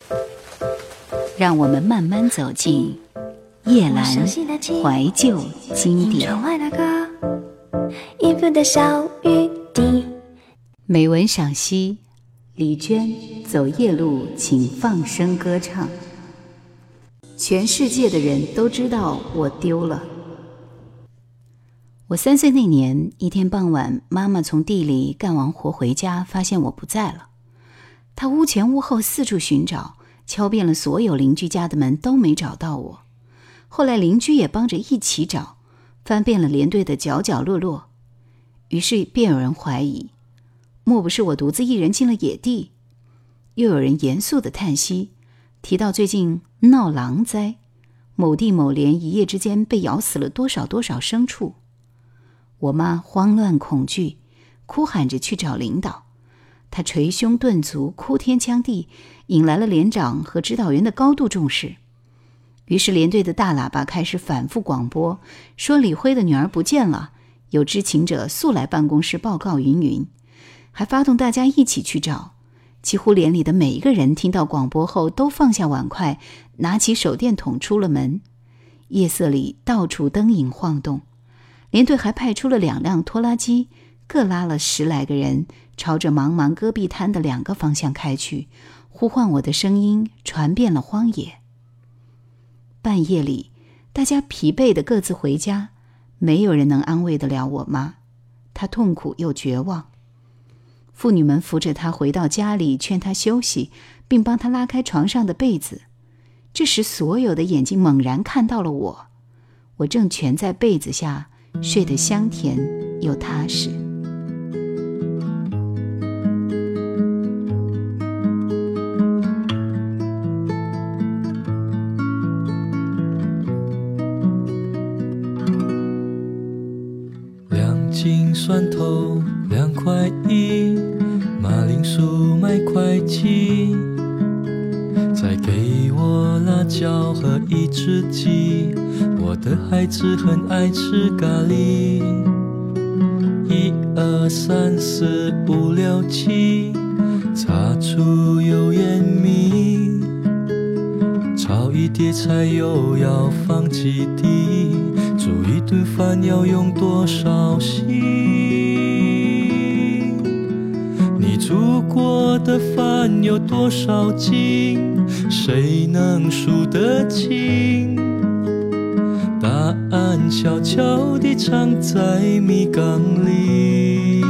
让我们慢慢走进夜阑怀旧经典。美文赏析：李娟，走夜路请放声歌唱。全世界的人都知道我丢了。我3岁那年，一天傍晚，妈妈从地里干完活回家，发现我不在了。她屋前屋后四处寻找，敲遍了所有邻居家的门，都没找到我。后来邻居也帮着一起找，翻遍了连队的角角落落，于是便有人怀疑，莫不是我独自一人进了野地？又有人严肃地叹息，提到最近闹狼灾，某地某连一夜之间被咬死了多少牲畜。我妈慌乱恐惧，哭喊着去找领导。她捶胸顿足，哭天抢地，引来了连长和指导员的高度重视。于是连队的大喇叭开始反复广播，说李辉的女儿不见了，有知情者速来办公室报告云云，还发动大家一起去找。几乎连里的每一个人听到广播后都放下碗筷，拿起手电筒出了门。夜色里到处灯影晃动，连队还派出了2辆拖拉机，各拉了10来个人，朝着茫茫戈壁滩的2个方向开去，呼唤我的声音传遍了荒野。半夜里，大家疲惫地各自回家，没有人能安慰得了我妈，她痛苦又绝望。妇女们扶着她回到家里，劝她休息，并帮她拉开床上的被子。这时所有的眼睛猛然看到了我，我正蜷在被子下，睡得香甜又踏实。 2斤蒜头2块1，马铃薯买块几，再给我辣椒和1只鸡，我的孩子很爱吃咖喱。1、2、3、4、5、6、7，擦出油盐米，炒一碟菜又要放几滴，煮一顿饭要用多少心？你煮过的饭有多少斤？谁能数得清？答案悄悄地藏在米缸里。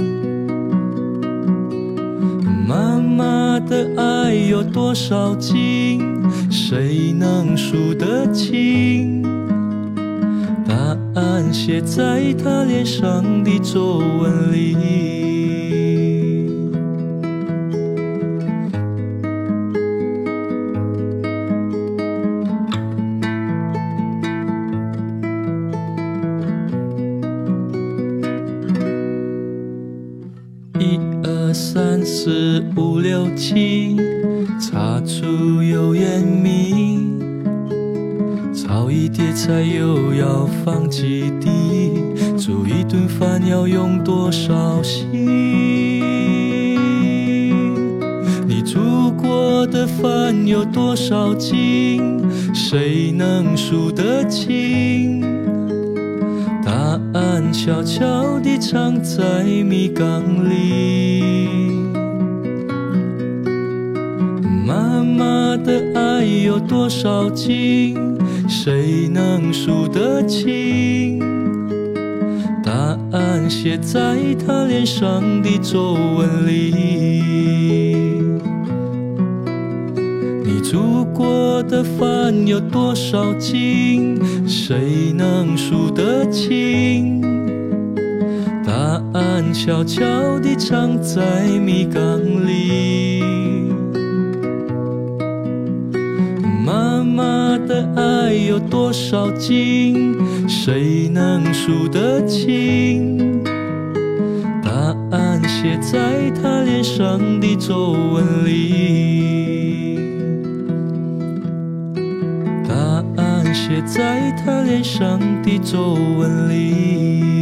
妈妈的爱有多少斤？谁能数得清？答案写在她脸上的皱纹里。1、2、3、4、5、6、7，擦出油盐米，炒一碟菜又要放几滴，煮一顿饭要用多少心？你煮过的饭有多少斤？谁能数得清？答案悄悄地藏在米缸里。妈妈的爱有多少斤？谁能数得清？答案写在她脸上的皱纹里。你煮过的饭有多少斤？谁能数得清？答案悄悄地藏在米缸里。妈妈的爱有多少斤？谁能数得清？答案写在她脸上的皱纹里。答案写在她脸上的皱纹里。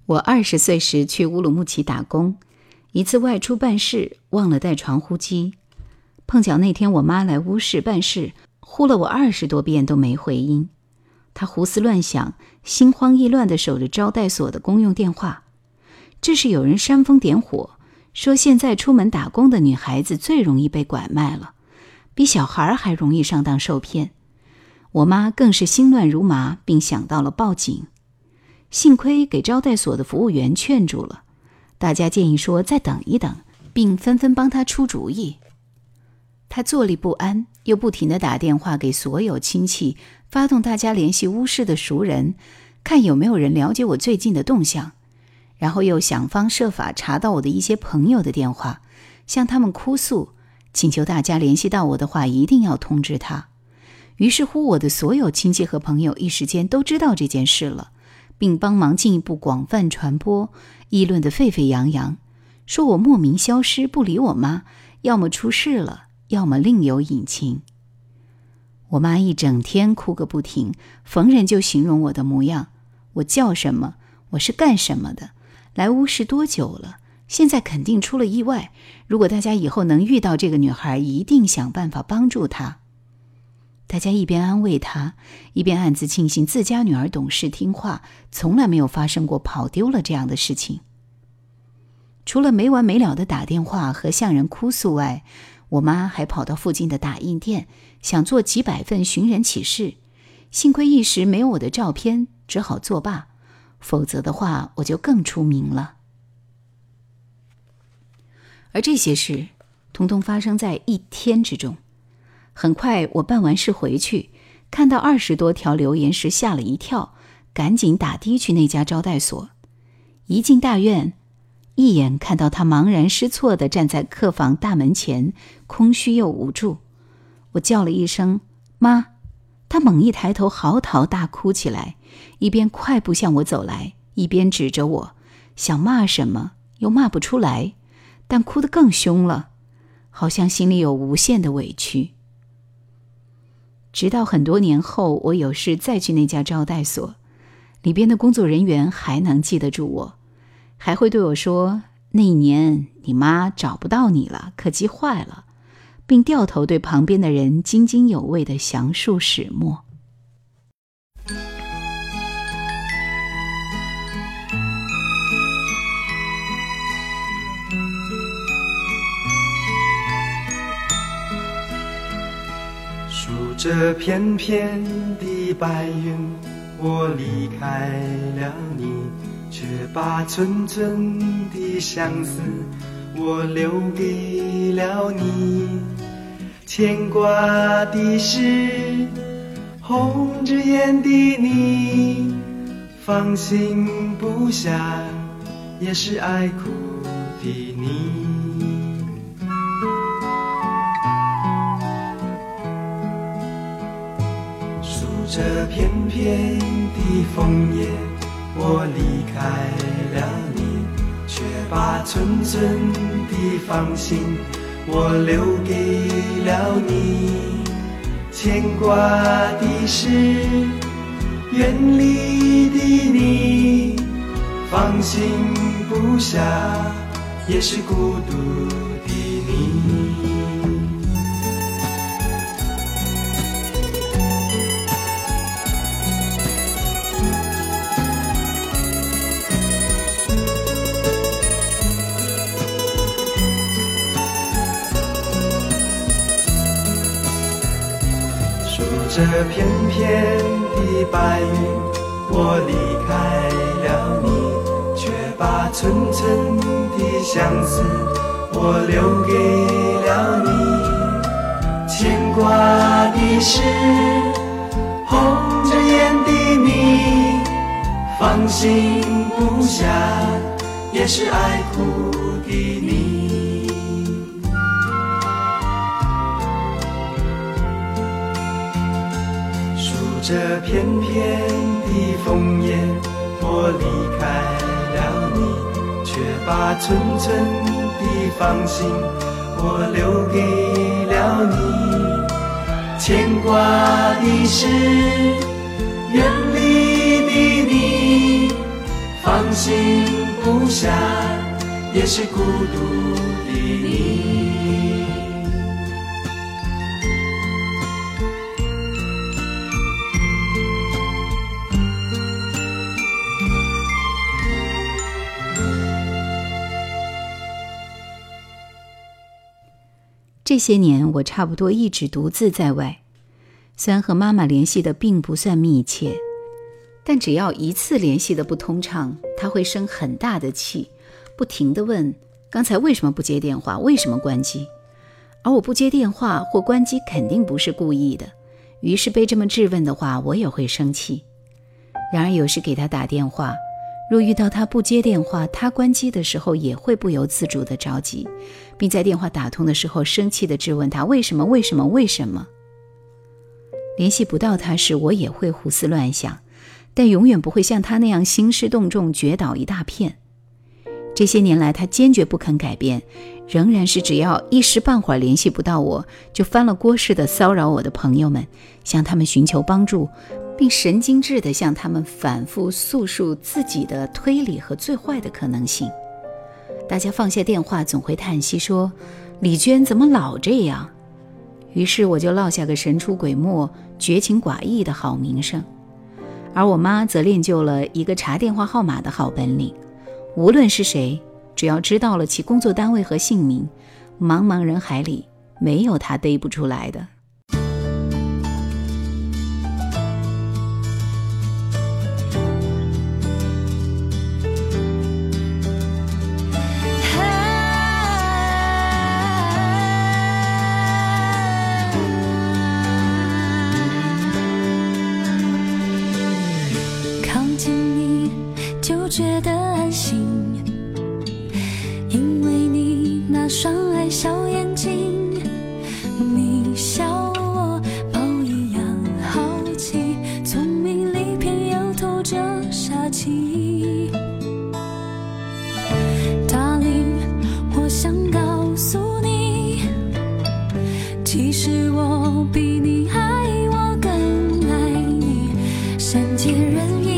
我20岁时去乌鲁木齐打工，一次外出办事忘了带传呼机，碰巧那天我妈来乌市办事，呼了我20多遍都没回音。她胡思乱想，心慌意乱地守着招待所的公用电话。这时有人煽风点火，说现在出门打工的女孩子最容易被拐卖了，比小孩还容易上当受骗。我妈更是心乱如麻，并想到了报警。幸亏给招待所的服务员劝住了，大家建议说再等一等，并纷纷帮她出主意。她坐立不安，又不停地打电话给所有亲戚，发动大家联系乌市的熟人，看有没有人了解我最近的动向，然后又想方设法查到我的一些朋友的电话，向他们哭诉，请求大家联系到我的话一定要通知他。于是乎，我的所有亲戚和朋友一时间都知道这件事了，并帮忙进一步广泛传播，议论得沸沸扬扬，说我莫名消失，不理我妈，要么出事了，要么另有隐情。我妈一整天哭个不停，逢人就形容我的模样，我叫什么，我是干什么的，来乌市多久了，现在肯定出了意外，如果大家以后能遇到这个女孩，一定想办法帮助她。大家一边安慰她，一边暗自庆幸自家女儿懂事听话，从来没有发生过跑丢了这样的事情。除了没完没了的打电话和向人哭诉外，我妈还跑到附近的打印店，想做几百份寻人启事。幸亏一时没有我的照片，只好作罢，否则的话我就更出名了。而这些事统统发生在1天之中。很快我办完事回去，看到20多条留言时吓了一跳，赶紧打的去那家招待所。一进大院，一眼看到他茫然失措地站在客房大门前，空虚又无助。我叫了一声妈，他猛一抬头嚎啕大哭起来，一边快步向我走来，一边指着我，想骂什么又骂不出来，但哭得更凶了，好像心里有无限的委屈。直到很多年后，我有事再去那家招待所，里边的工作人员还能记得住我，还会对我说，那一年你妈找不到你了，可急坏了，并掉头对旁边的人津津有味地详述始末。 数着片片的白云，我离开了你，却把寸寸的相思我留给了你。牵挂的是红着眼的你，放心不下也是爱哭的你。数着片片的枫叶，我离开了你，却把寸寸的芳心我留给了你。牵挂的是远离的你，放心不下也是孤独的你。这片片的白云，我离开了你，却把寸寸的相思我留给了你。牵挂的是红着眼的你，放心不下也是爱哭的你。这片片的枫叶，我离开了你，却把寸寸的芳心我留给了你。牵挂的是远离的你，放放心不下，也是孤独的你。 这些年我差不多一直独自在外，虽然和妈妈联系的并不算密切，但只要一次联系的不通畅，她会生很大的气，不停地问刚才为什么不接电话，为什么关机。而我不接电话或关机肯定不是故意的，于是被这么质问的话，我也会生气。然而有时给她打电话，若遇到她不接电话，她关机的时候也会不由自主地着急，并在电话打通的时候生气地质问她为什么。联系不到她时，我也会胡思乱想，但永远不会像她那样兴师动众，掘倒一大片。这些年来，她坚决不肯改变，仍然是只要一时半会儿联系不到我，就翻了锅似的骚扰我的朋友们，向他们寻求帮助，并神经质地向他们反复诉述自己的推理和最坏的可能性。大家放下电话总会叹息说，李娟怎么老这样？于是我就落下个神出鬼没、绝情寡义的好名声。而我妈则练就了一个查电话号码的好本领，无论是谁，只要知道了其工作单位和姓名，茫茫人海里没有她逮不出来的。 觉得安心，因为你那双爱笑眼睛，你笑我宝一样好奇，聪明里偏又透着傻气。Darling， 我想告诉你，其实我比你爱我更爱你，善解人意，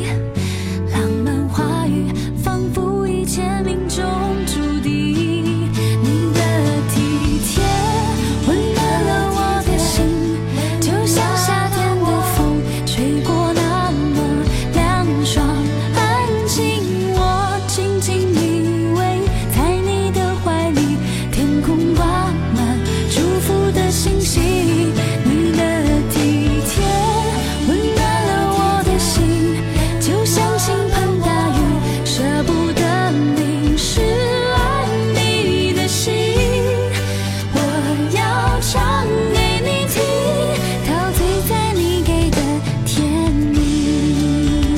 命中注定，你的体贴温暖了我的心，就像夏天的风吹过那么凉爽安静。我紧紧依偎在你的怀里，天空挂满祝福的星星。你的体贴温暖了我的心，就像倾盆大雨，舍不得是爱你的心，我要唱给你听，陶醉在你给的甜蜜。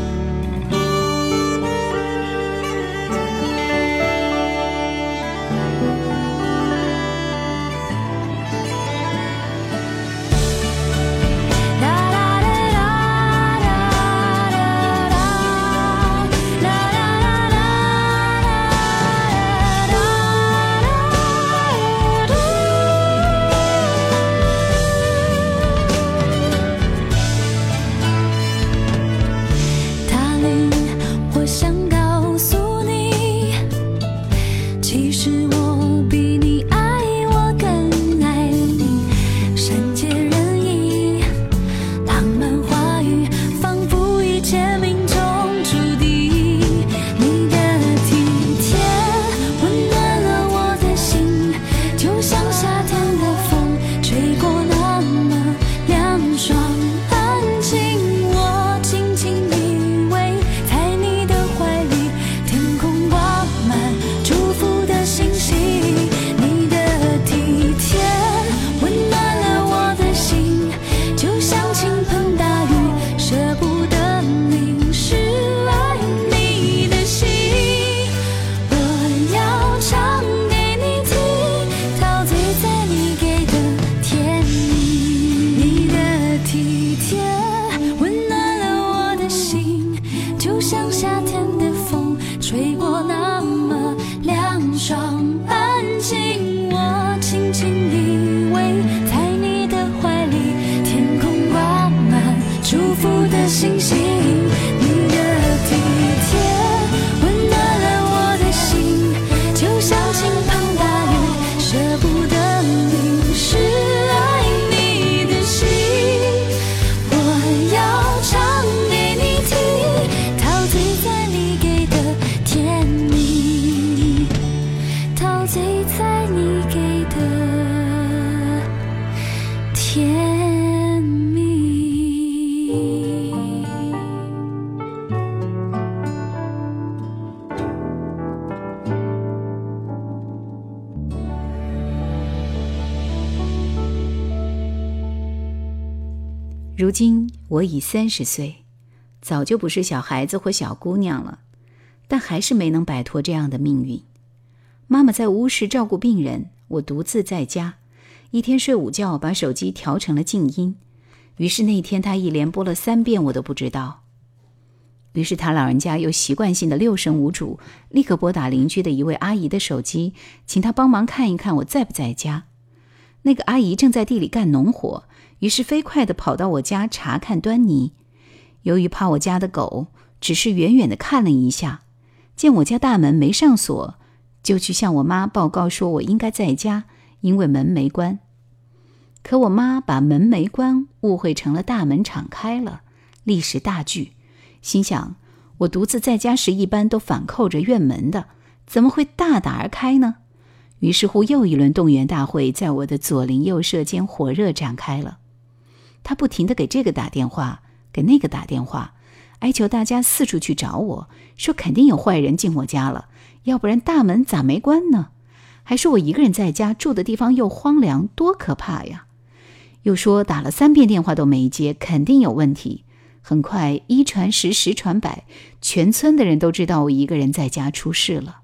我想告诉你，其实我比你爱我更爱你，善解人意，浪漫话语，仿佛一切命中注定。你的体贴温暖了我的心，就像夏天的风吹过那么凉爽安静。我轻轻依偎在你的怀里，天空挂满祝福的星星。你的体贴温暖了我的心，就像倾盆大雨，舍不得淋湿爱你的心。我要唱给你听，陶醉在你给的甜蜜。你的体贴温暖了我的心，就像夏天的风吹过那么凉爽安静。我轻轻依偎在你的怀里，天空挂满祝福的星星。你的体贴你给的甜蜜。 如今我已30岁，早就不是小孩子或小姑娘了，但还是没能摆脱这样的命运。妈妈在屋室照顾病人，我独自在家，一天睡午觉把手机调成了静音，于是那天她一连拨了3遍我都不知道。于是她老人家又习惯性的6神无主，立刻拨打邻居的一位阿姨的手机，请她帮忙看一看我在不在家。那个阿姨正在地里干农活，于是飞快地跑到我家查看端倪。由于怕我家的狗，只是远远地看了一下，见我家大门没上锁，就去向我妈报告说我应该在家，因为门没关。可我妈把门没关误会成了大门敞开了，立时大惧，心想我独自在家时一般都反扣着院门的，怎么会大打而开呢？于是乎又一轮动员大会在我的左邻右舍间火热展开了。他不停地给这个打电话，给那个打电话，哀求大家四处去找我，说肯定有坏人进我家了，要不然大门咋没关呢？还说我一个人在家，住的地方又荒凉，多可怕呀！又说打了3遍电话都没接，肯定有问题。很快1传10，10传100，全村的人都知道我一个人在家出事了。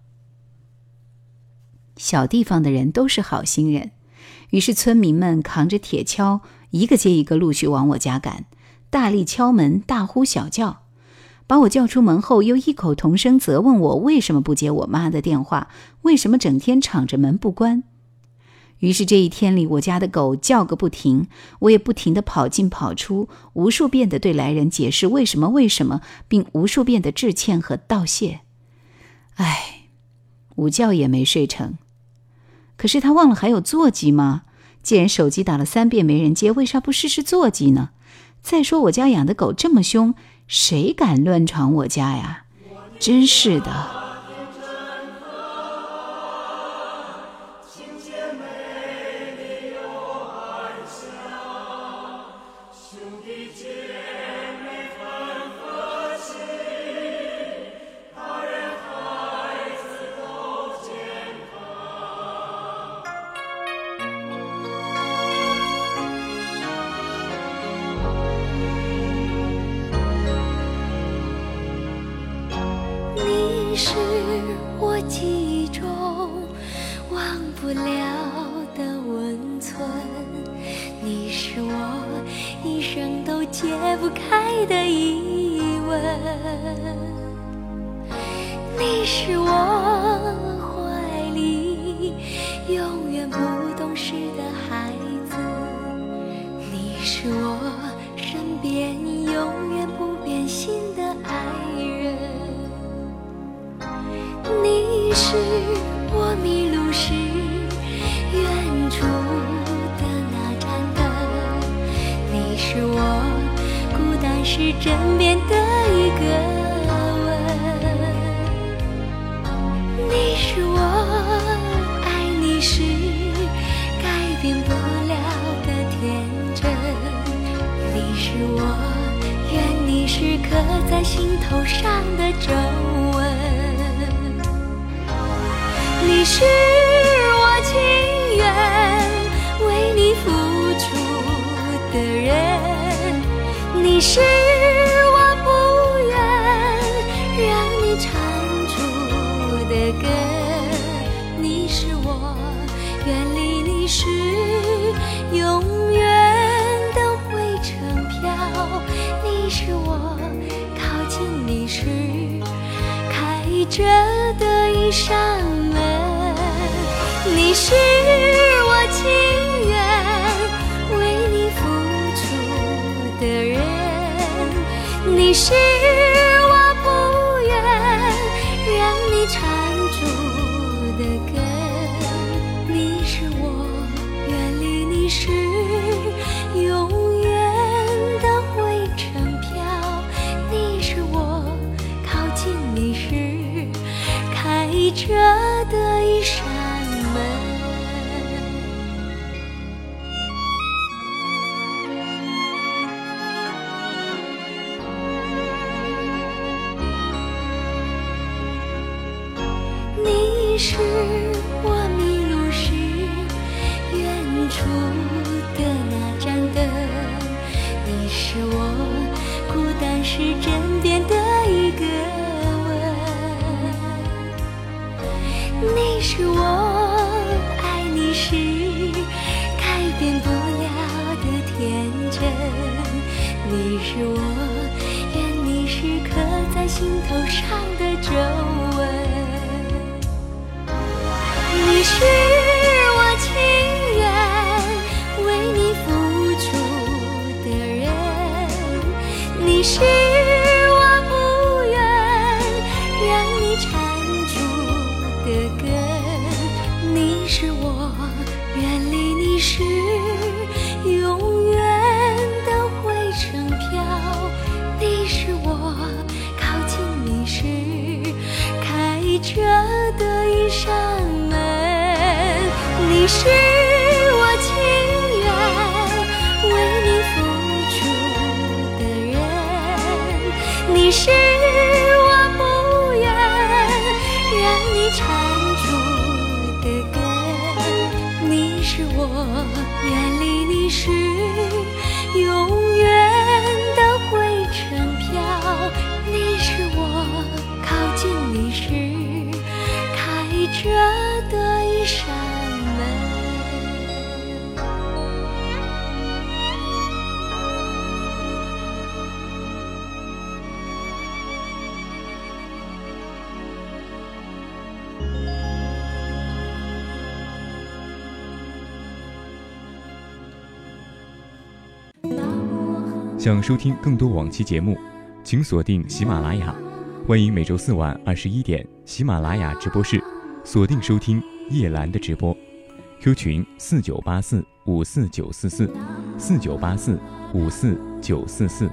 小地方的人都是好心人，于是村民们扛着铁锹，一个接一个陆续往我家赶，大力敲门，大呼小叫。把我叫出门后，又异口同声责问我为什么不接我妈的电话，为什么整天敞着门不关。于是这一天里，我家的狗叫个不停，我也不停地跑进跑出，无数遍地对来人解释为什么，并无数遍地致歉和道谢。午觉也没睡成。可是他忘了还有座机吗？既然手机打了3遍没人接，为啥不试试座机呢？再说我家养的狗这么凶，谁敢乱闯我家呀？真是的。 你是我记忆中忘不了的温存，你是我一生都解不开的疑问，你是我怀里永远不懂事的孩子，你是我身边永远不变心的爱人，你是我迷路时远处的那盏灯，你是我孤单时枕边的一个吻，你是我爱你时改变不了的天真，你是我愿你时刻在心头上的皱纹，你是我情愿为你付出的人，你是我不愿让你缠住的根，你是我远离你时永远都会成飘，你是我靠近你时开着的一扇门，你是我情愿为你付出的人，你是我不愿让你缠住的根，你是我远离你时永远的会成飘，你是我靠近你时开着的一扇门。 是我远离你时永远的灰尘飘，你是我靠近你时开着的一扇门，你是我情愿为你付出的人，你是我不愿让你缠住的根，你是我远离你时永远的灰尘飘，你是我靠近你时开着的一扇门。 想收听更多往期节目，请锁定喜马拉雅。欢迎每周4晚21点喜马拉雅直播室锁定收听叶兰的直播。Q 群4984-54944，4984-54944。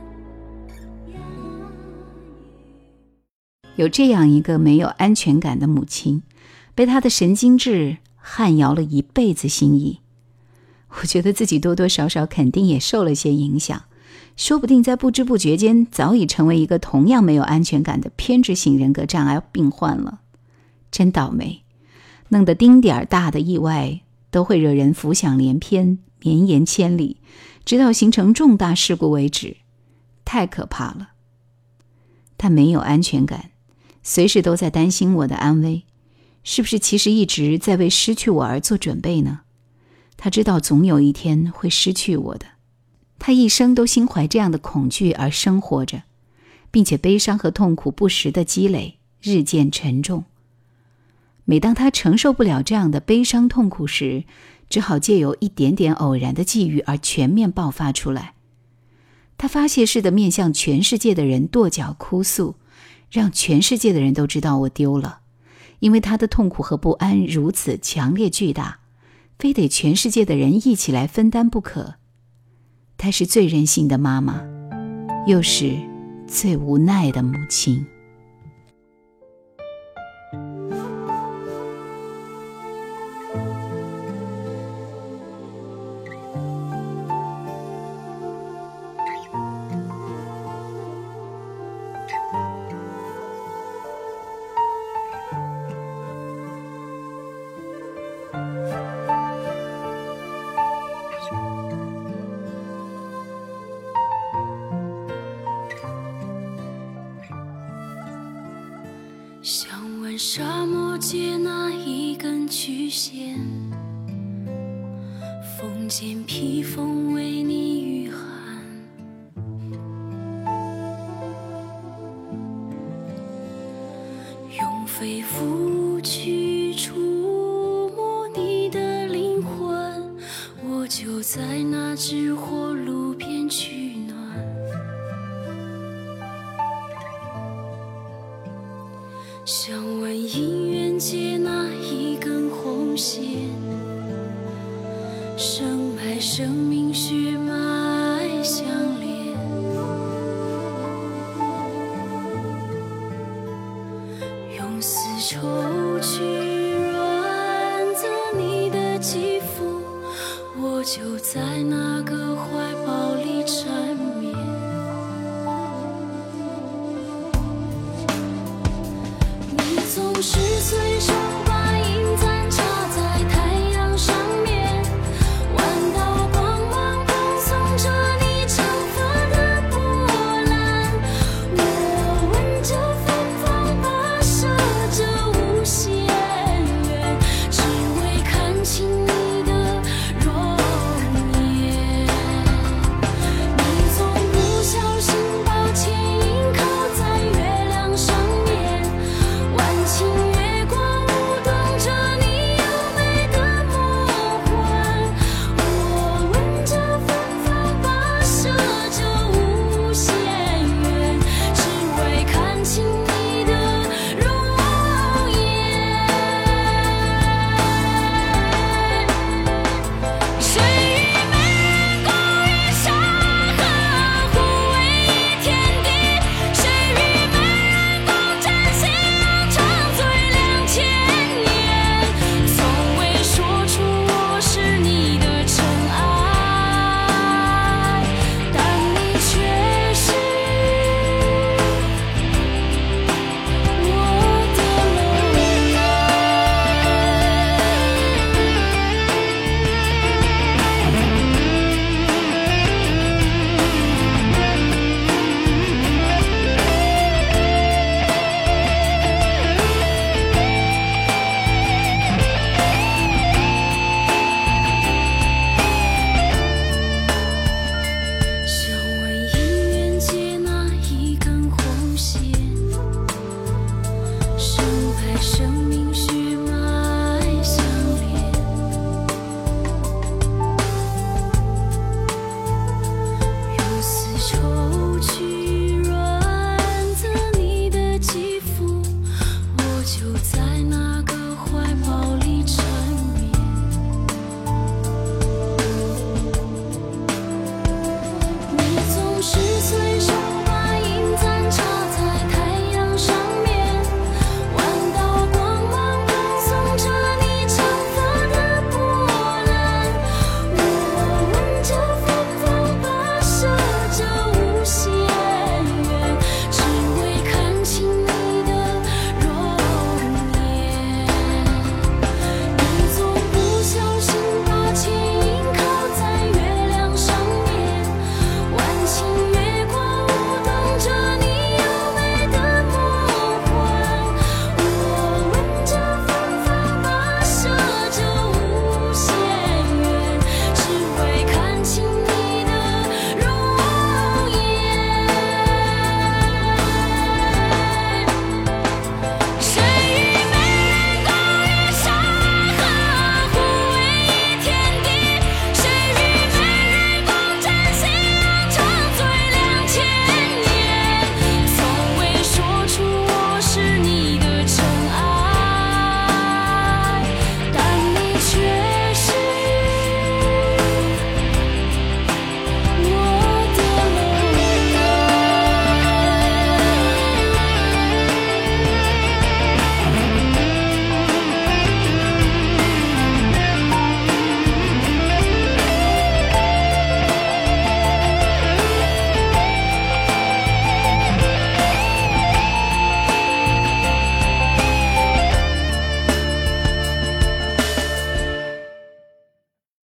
有这样一个没有安全感的母亲，被她的神经质撼摇了一辈子心意。我觉得自己多多少少肯定也受了些影响，说不定在不知不觉间早已成为一个同样没有安全感的偏执型人格障碍病患了。真倒霉，弄得丁点儿大的意外都会惹人浮想联翩，绵延千里，直到形成重大事故为止，太可怕了。他没有安全感，随时都在担心我的安危，是不是其实一直在为失去我而做准备呢？他知道总有一天会失去我的，他一生都心怀这样的恐惧而生活着，并且悲伤和痛苦不时的积累，日渐沉重。每当他承受不了这样的悲伤痛苦时，只好借由一点点偶然的际遇而全面爆发出来。他发泄似的面向全世界的人跺脚哭诉，让全世界的人都知道我丢了，因为他的痛苦和不安如此强烈巨大，非得全世界的人一起来分担不可。她是最任性的妈妈，又是最无奈的母亲。 想问沙漠界那一根曲线，风间披风为你御寒，用肺腑去触摸你的灵魂，我就在那只火炉边取暖。想问姻缘界那一根红线，生脉生命血脉相连，用丝绸去润泽你的肌肤，我就在那个怀抱里缠